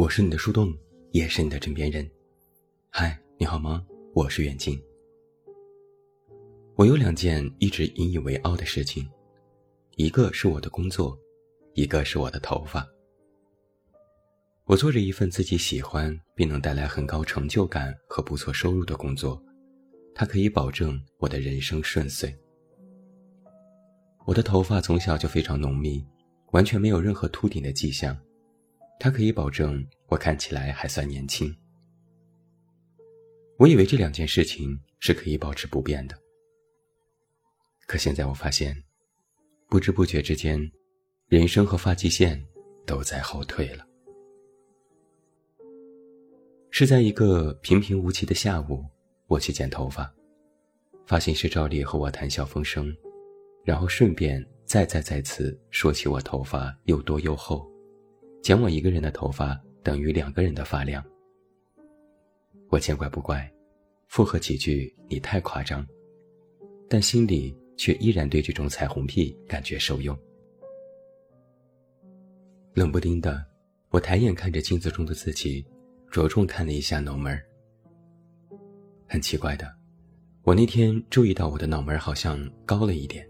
我是你的树洞，也是你的枕边人。嗨，你好吗？我是远近。我有2件一直引以为傲的事情，一个是我的工作，一个是我的头发。我做着一份自己喜欢并能带来很高成就感和不错收入的工作，它可以保证我的人生顺遂。我的头发从小就非常浓密，完全没有任何秃顶的迹象，它可以保证我看起来还算年轻。我以为这2件事情是可以保持不变的，可现在我发现，不知不觉之间，人生和发际线都在后退了。是在一个平平无奇的下午，我去剪头发，发型师照例和我谈笑风生，然后顺便再次说起我头发又多又厚，剪我一个人的头发等于2个人的发量。我见怪不怪，附和几句你太夸张，但心里却依然对这种彩虹屁感觉受用。冷不丁的，我抬眼看着镜子中的自己，着重看了一下脑门。很奇怪的，我那天注意到我的脑门好像高了一点。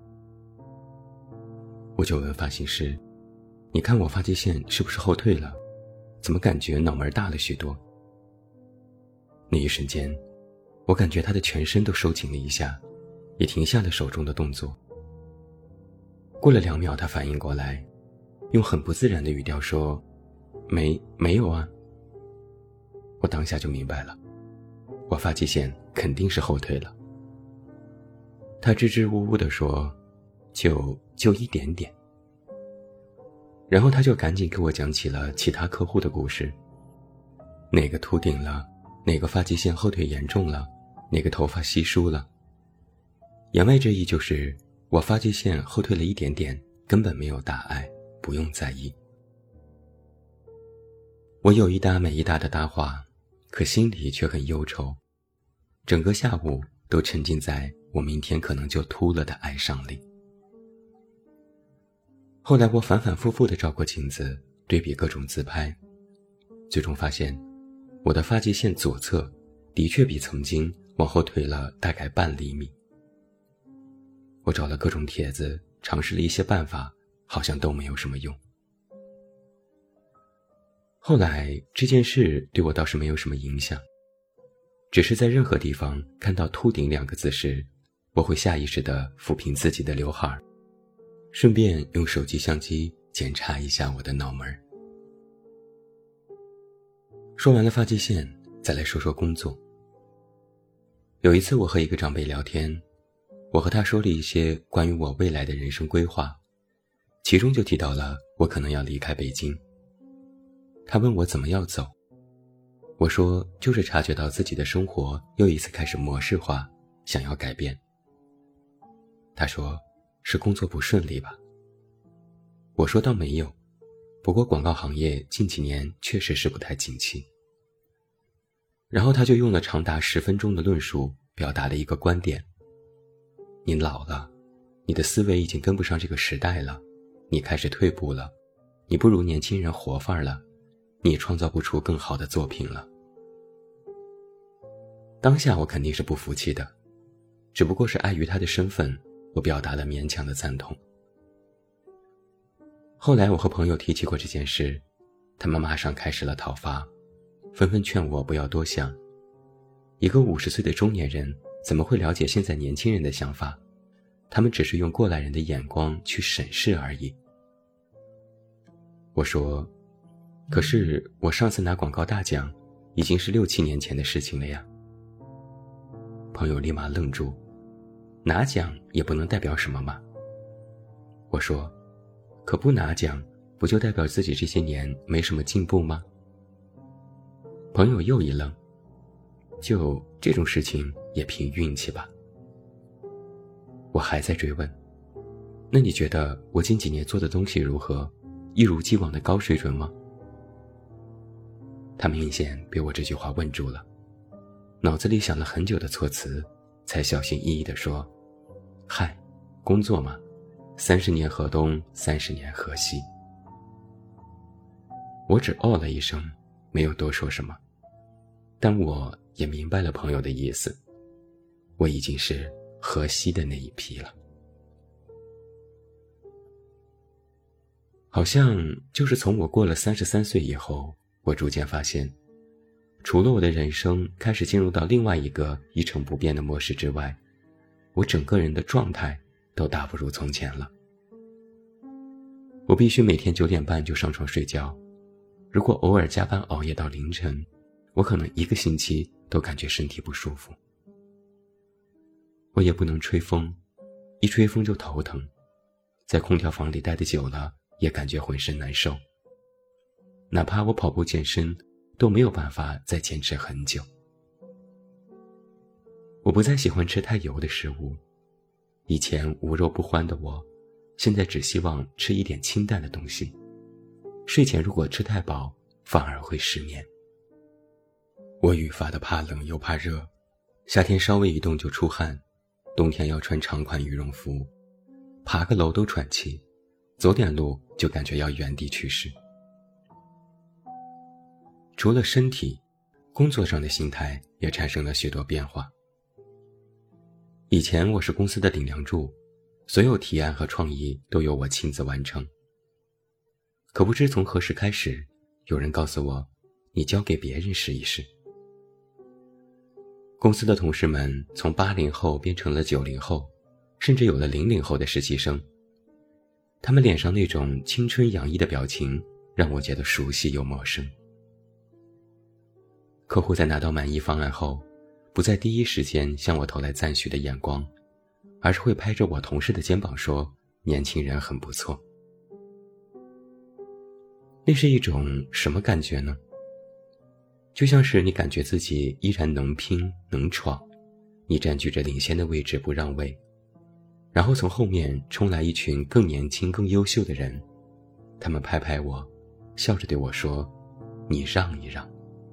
我就问发型师，你看我发际线是不是后退了？怎么感觉脑门大了许多？那一瞬间，我感觉他的全身都收紧了一下，也停下了手中的动作。过了2秒，他反应过来，用很不自然的语调说，没有啊。我当下就明白了，我发际线肯定是后退了。他支支吾吾地说，就一点点。然后他就赶紧给我讲起了其他客户的故事，哪个秃顶了，哪个发际线后退严重了，哪个头发稀疏了。言外之意就是我发际线后退了一点点，根本没有大碍，不用在意。我有一搭没一搭的搭话，可心里却很忧愁，整个下午都沉浸在我明天可能就秃了的哀伤里。后来我反反复复地照过镜子，对比各种自拍，最终发现我的发际线左侧的确比曾经往后退了大概半厘米。我找了各种帖子，尝试了一些办法，好像都没有什么用。后来这件事对我倒是没有什么影响，只是在任何地方看到秃顶2个字时，我会下意识地抚平自己的刘海，顺便用手机相机检查一下我的脑门。说完了发际线，再来说说工作。有一次我和一个长辈聊天，我和他说了一些关于我未来的人生规划，其中就提到了我可能要离开北京。他问我怎么要走，我说就是察觉到自己的生活又一次开始模式化，想要改变。他说是工作不顺利吧？我说倒没有，不过广告行业近几年确实是不太景气。然后他就用了长达10分钟的论述，表达了一个观点：你老了，你的思维已经跟不上这个时代了，你开始退步了，你不如年轻人活范了，你创造不出更好的作品了。当下我肯定是不服气的，只不过是碍于他的身份，我表达了勉强的赞同。后来我和朋友提起过这件事，他们马上开始了讨伐，纷纷劝我不要多想。一个50岁的中年人怎么会了解现在年轻人的想法？他们只是用过来人的眼光去审视而已。我说，可是我上次拿广告大奖已经是6、7年前的事情了呀。朋友立马愣住，拿奖也不能代表什么嘛。我说，可不拿奖，不就代表自己这些年没什么进步吗？朋友又一愣，就这种事情也凭运气吧。我还在追问，那你觉得我近几年做的东西如何？一如既往的高水准吗？他明显被我这句话问住了，脑子里想了很久的措辞，才小心翼翼地说，嗨，工作嘛，30年河东，30年河西。 我只哦了一声，没有多说什么，但我也明白了朋友的意思，我已经是河西的那一批了。好像就是从我过了33岁以后，我逐渐发现，除了我的人生开始进入到另外一个一成不变的模式之外，我整个人的状态都大不如从前了。我必须每天9点半就上床睡觉，如果偶尔加班熬夜到凌晨，我可能1个星期都感觉身体不舒服。我也不能吹风，一吹风就头疼，在空调房里待得久了也感觉浑身难受，哪怕我跑步健身都没有办法再坚持很久。我不再喜欢吃太油的食物，以前无肉不欢的我，现在只希望吃一点清淡的东西，睡前如果吃太饱反而会失眠。我愈发的怕冷又怕热，夏天稍微一动就出汗，冬天要穿长款羽绒服，爬个楼都喘气，走点路就感觉要原地去世。除了身体，工作上的心态也产生了许多变化。以前我是公司的顶梁柱，所有提案和创意都由我亲自完成。可不知从何时开始，有人告诉我，你交给别人试一试。公司的同事们从80后变成了90后，甚至有了00后的实习生。他们脸上那种青春洋溢的表情，让我觉得熟悉又陌生。客户在拿到满意方案后，不在第一时间向我投来赞许的眼光，而是会拍着我同事的肩膀说，年轻人很不错。那是一种什么感觉呢？就像是你感觉自己依然能拼能闯，你占据着领先的位置不让位，然后从后面冲来一群更年轻更优秀的人，他们拍拍我，笑着对我说，你让一让。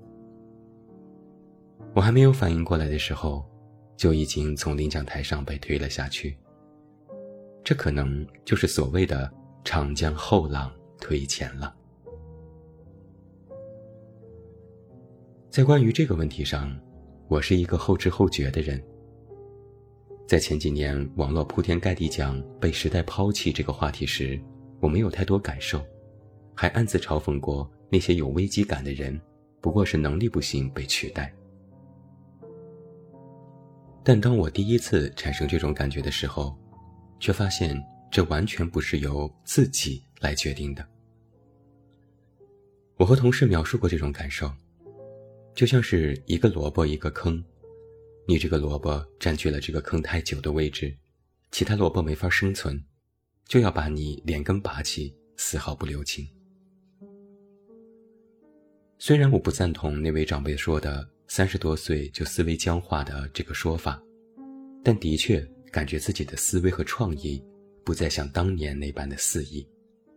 我还没有反应过来的时候，就已经从领奖台上被推了下去。这可能就是所谓的长江后浪推前浪。在关于这个问题上，我是一个后知后觉的人。在前几年网络铺天盖地讲被时代抛弃这个话题时，我没有太多感受，还暗自嘲讽过那些有危机感的人，不过是能力不行被取代。但当我第一次产生这种感觉的时候，却发现这完全不是由自己来决定的。我和同事描述过这种感受，就像是一个萝卜一个坑，你这个萝卜占据了这个坑太久的位置，其他萝卜没法生存，就要把你连根拔起，丝毫不留情。虽然我不赞同那位长辈说的30多岁就思维僵化的这个说法，但的确感觉自己的思维和创意不再像当年那般的肆意。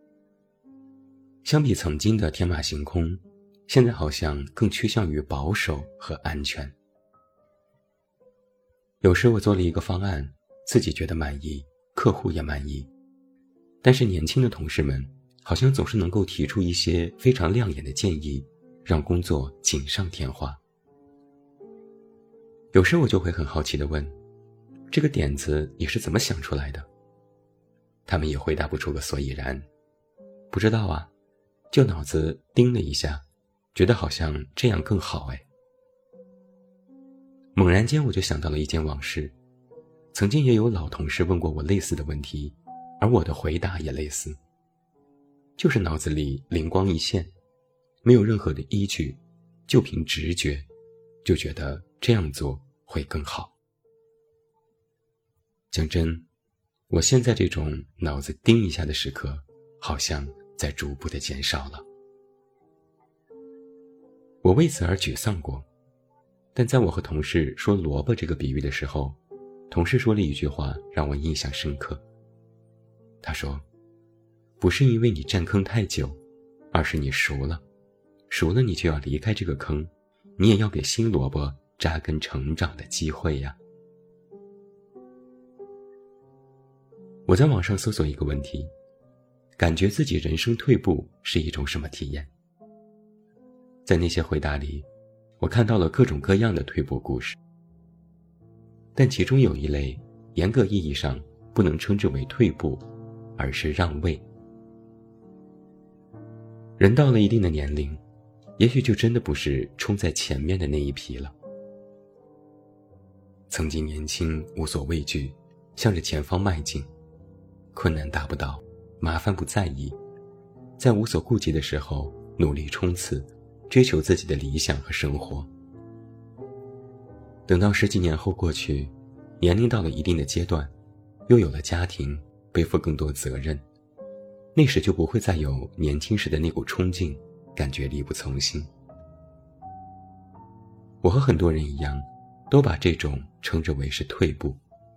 相比曾经的天马行空，现在好像更趋向于保守和安全。有时我做了一个方案，自己觉得满意，客户也满意，但是年轻的同事们好像总是能够提出一些非常亮眼的建议，让工作锦上添花。有时我就会很好奇地问，这个点子你是怎么想出来的？他们也回答不出个所以然。不知道啊，就脑子叮了一下，觉得好像这样更好哎。猛然间我就想到了一件往事，曾经也有老同事问过我类似的问题，而我的回答也类似，就是脑子里灵光一现，没有任何的依据，就凭直觉，就觉得这样做会更好。讲真，我现在这种脑子叮一下的时刻，好像在逐步的减少了。我为此而沮丧过，但在我和同事说萝卜这个比喻的时候，同事说了一句话让我印象深刻。他说，不是因为你占坑太久，而是你熟了，熟了你就要离开这个坑，你也要给新萝卜扎根成长的机会呀。我在网上搜索一个问题，感觉自己人生退步是一种什么体验？ 在那些回答里，我看到了各种各样的退步故事，但其中有一类严格意义上不能称之为退步，而是让位。人到了一定的年龄，也许就真的不是冲在前面的那一批了。曾经年轻无所畏惧，向着前方迈进，困难达不到，麻烦不在意，在无所顾忌的时候努力冲刺，追求自己的理想和生活。等到10几年后过去，年龄到了一定的阶段，又有了家庭，背负更多责任，那时就不会再有年轻时的那股冲劲，感觉力不从心。我和很多人一样，都把这种称之为是退步。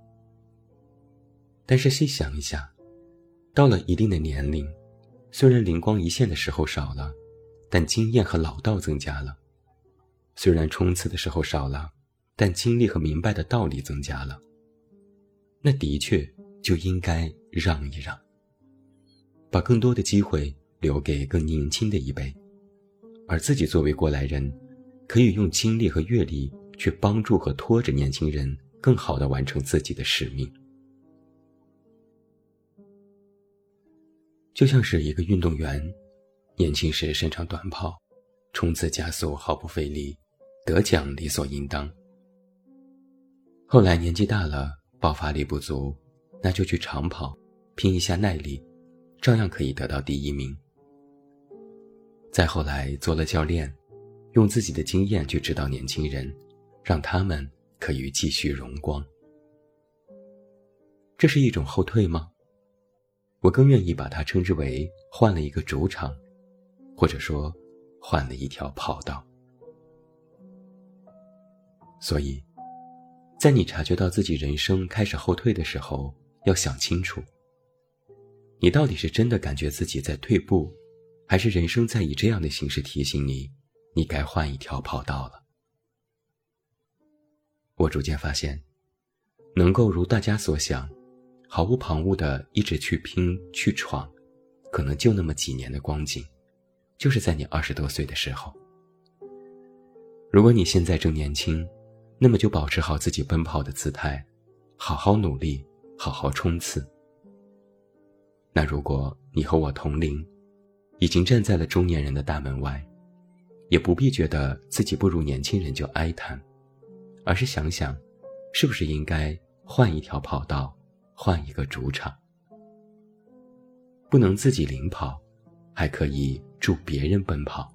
但是细想一下，到了一定的年龄，虽然灵光一现的时候少了，但经验和老道增加了；虽然冲刺的时候少了，但经历和明白的道理增加了。那的确就应该让一让，把更多的机会留给更年轻的一辈，而自己作为过来人，可以用经历和阅历去帮助和拖着年轻人更好地完成自己的使命。就像是一个运动员，年轻时擅长短跑，冲刺加速毫不费力，得奖理所应当。后来年纪大了，爆发力不足，那就去长跑，拼一下耐力，照样可以得到第1名。再后来做了教练，用自己的经验去指导年轻人，让他们可以继续荣光。这是一种后退吗？我更愿意把它称之为换了一个主场，或者说换了一条跑道。所以在你察觉到自己人生开始后退的时候，要想清楚，你到底是真的感觉自己在退步，还是人生在以这样的形式提醒你，你该换一条跑道了。我逐渐发现，能够如大家所想，毫无旁骛地一直去拼去闯，可能就那么几年的光景，就是在你20多岁的时候。如果你现在正年轻，那么就保持好自己奔跑的姿态，好好努力，好好冲刺。那如果你和我同龄，已经站在了中年人的大门外，也不必觉得自己不如年轻人就哀叹，而是想想是不是应该换一条跑道，换一个主场。不能自己领跑，还可以助别人奔跑。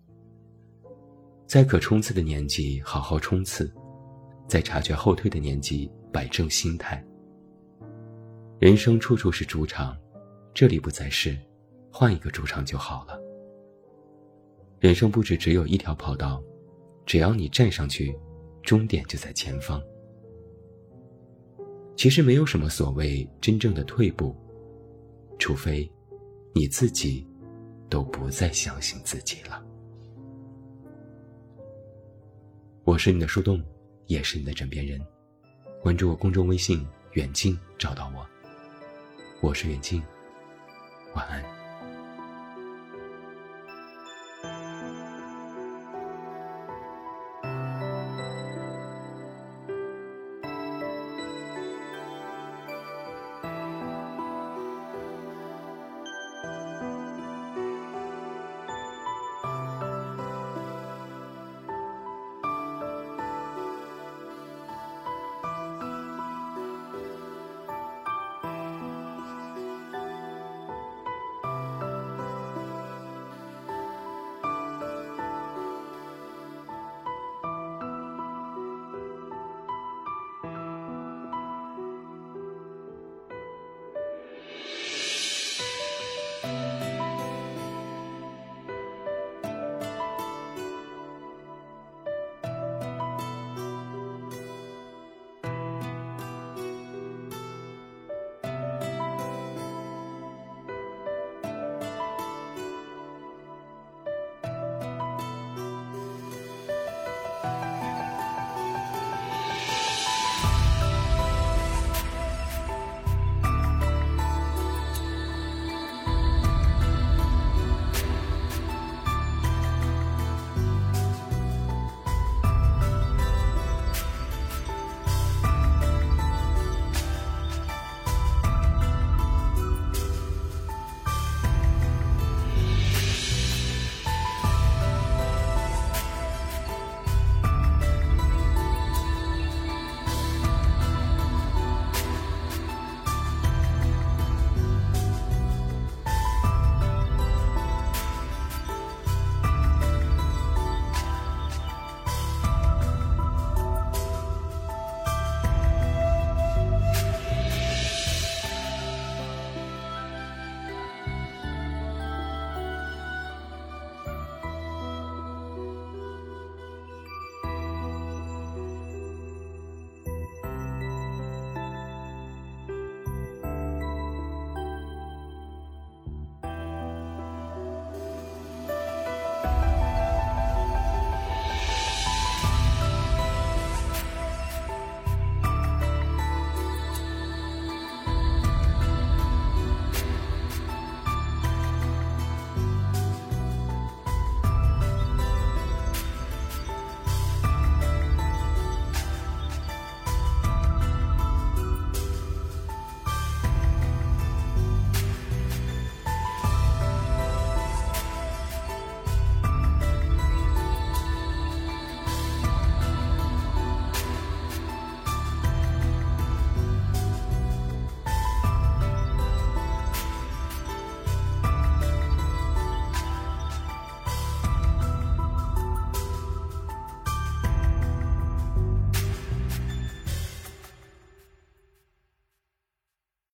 在可冲刺的年纪好好冲刺，在察觉后退的年纪摆正心态。人生处处是主场，这里不再是，换一个主场就好了。人生不止只有一条跑道，只要你站上去，终点就在前方。其实没有什么所谓真正的退步，除非你自己都不再相信自己了。我是你的树洞，也是你的枕边人。关注我公众微信远近找到我。我是远近，晚安。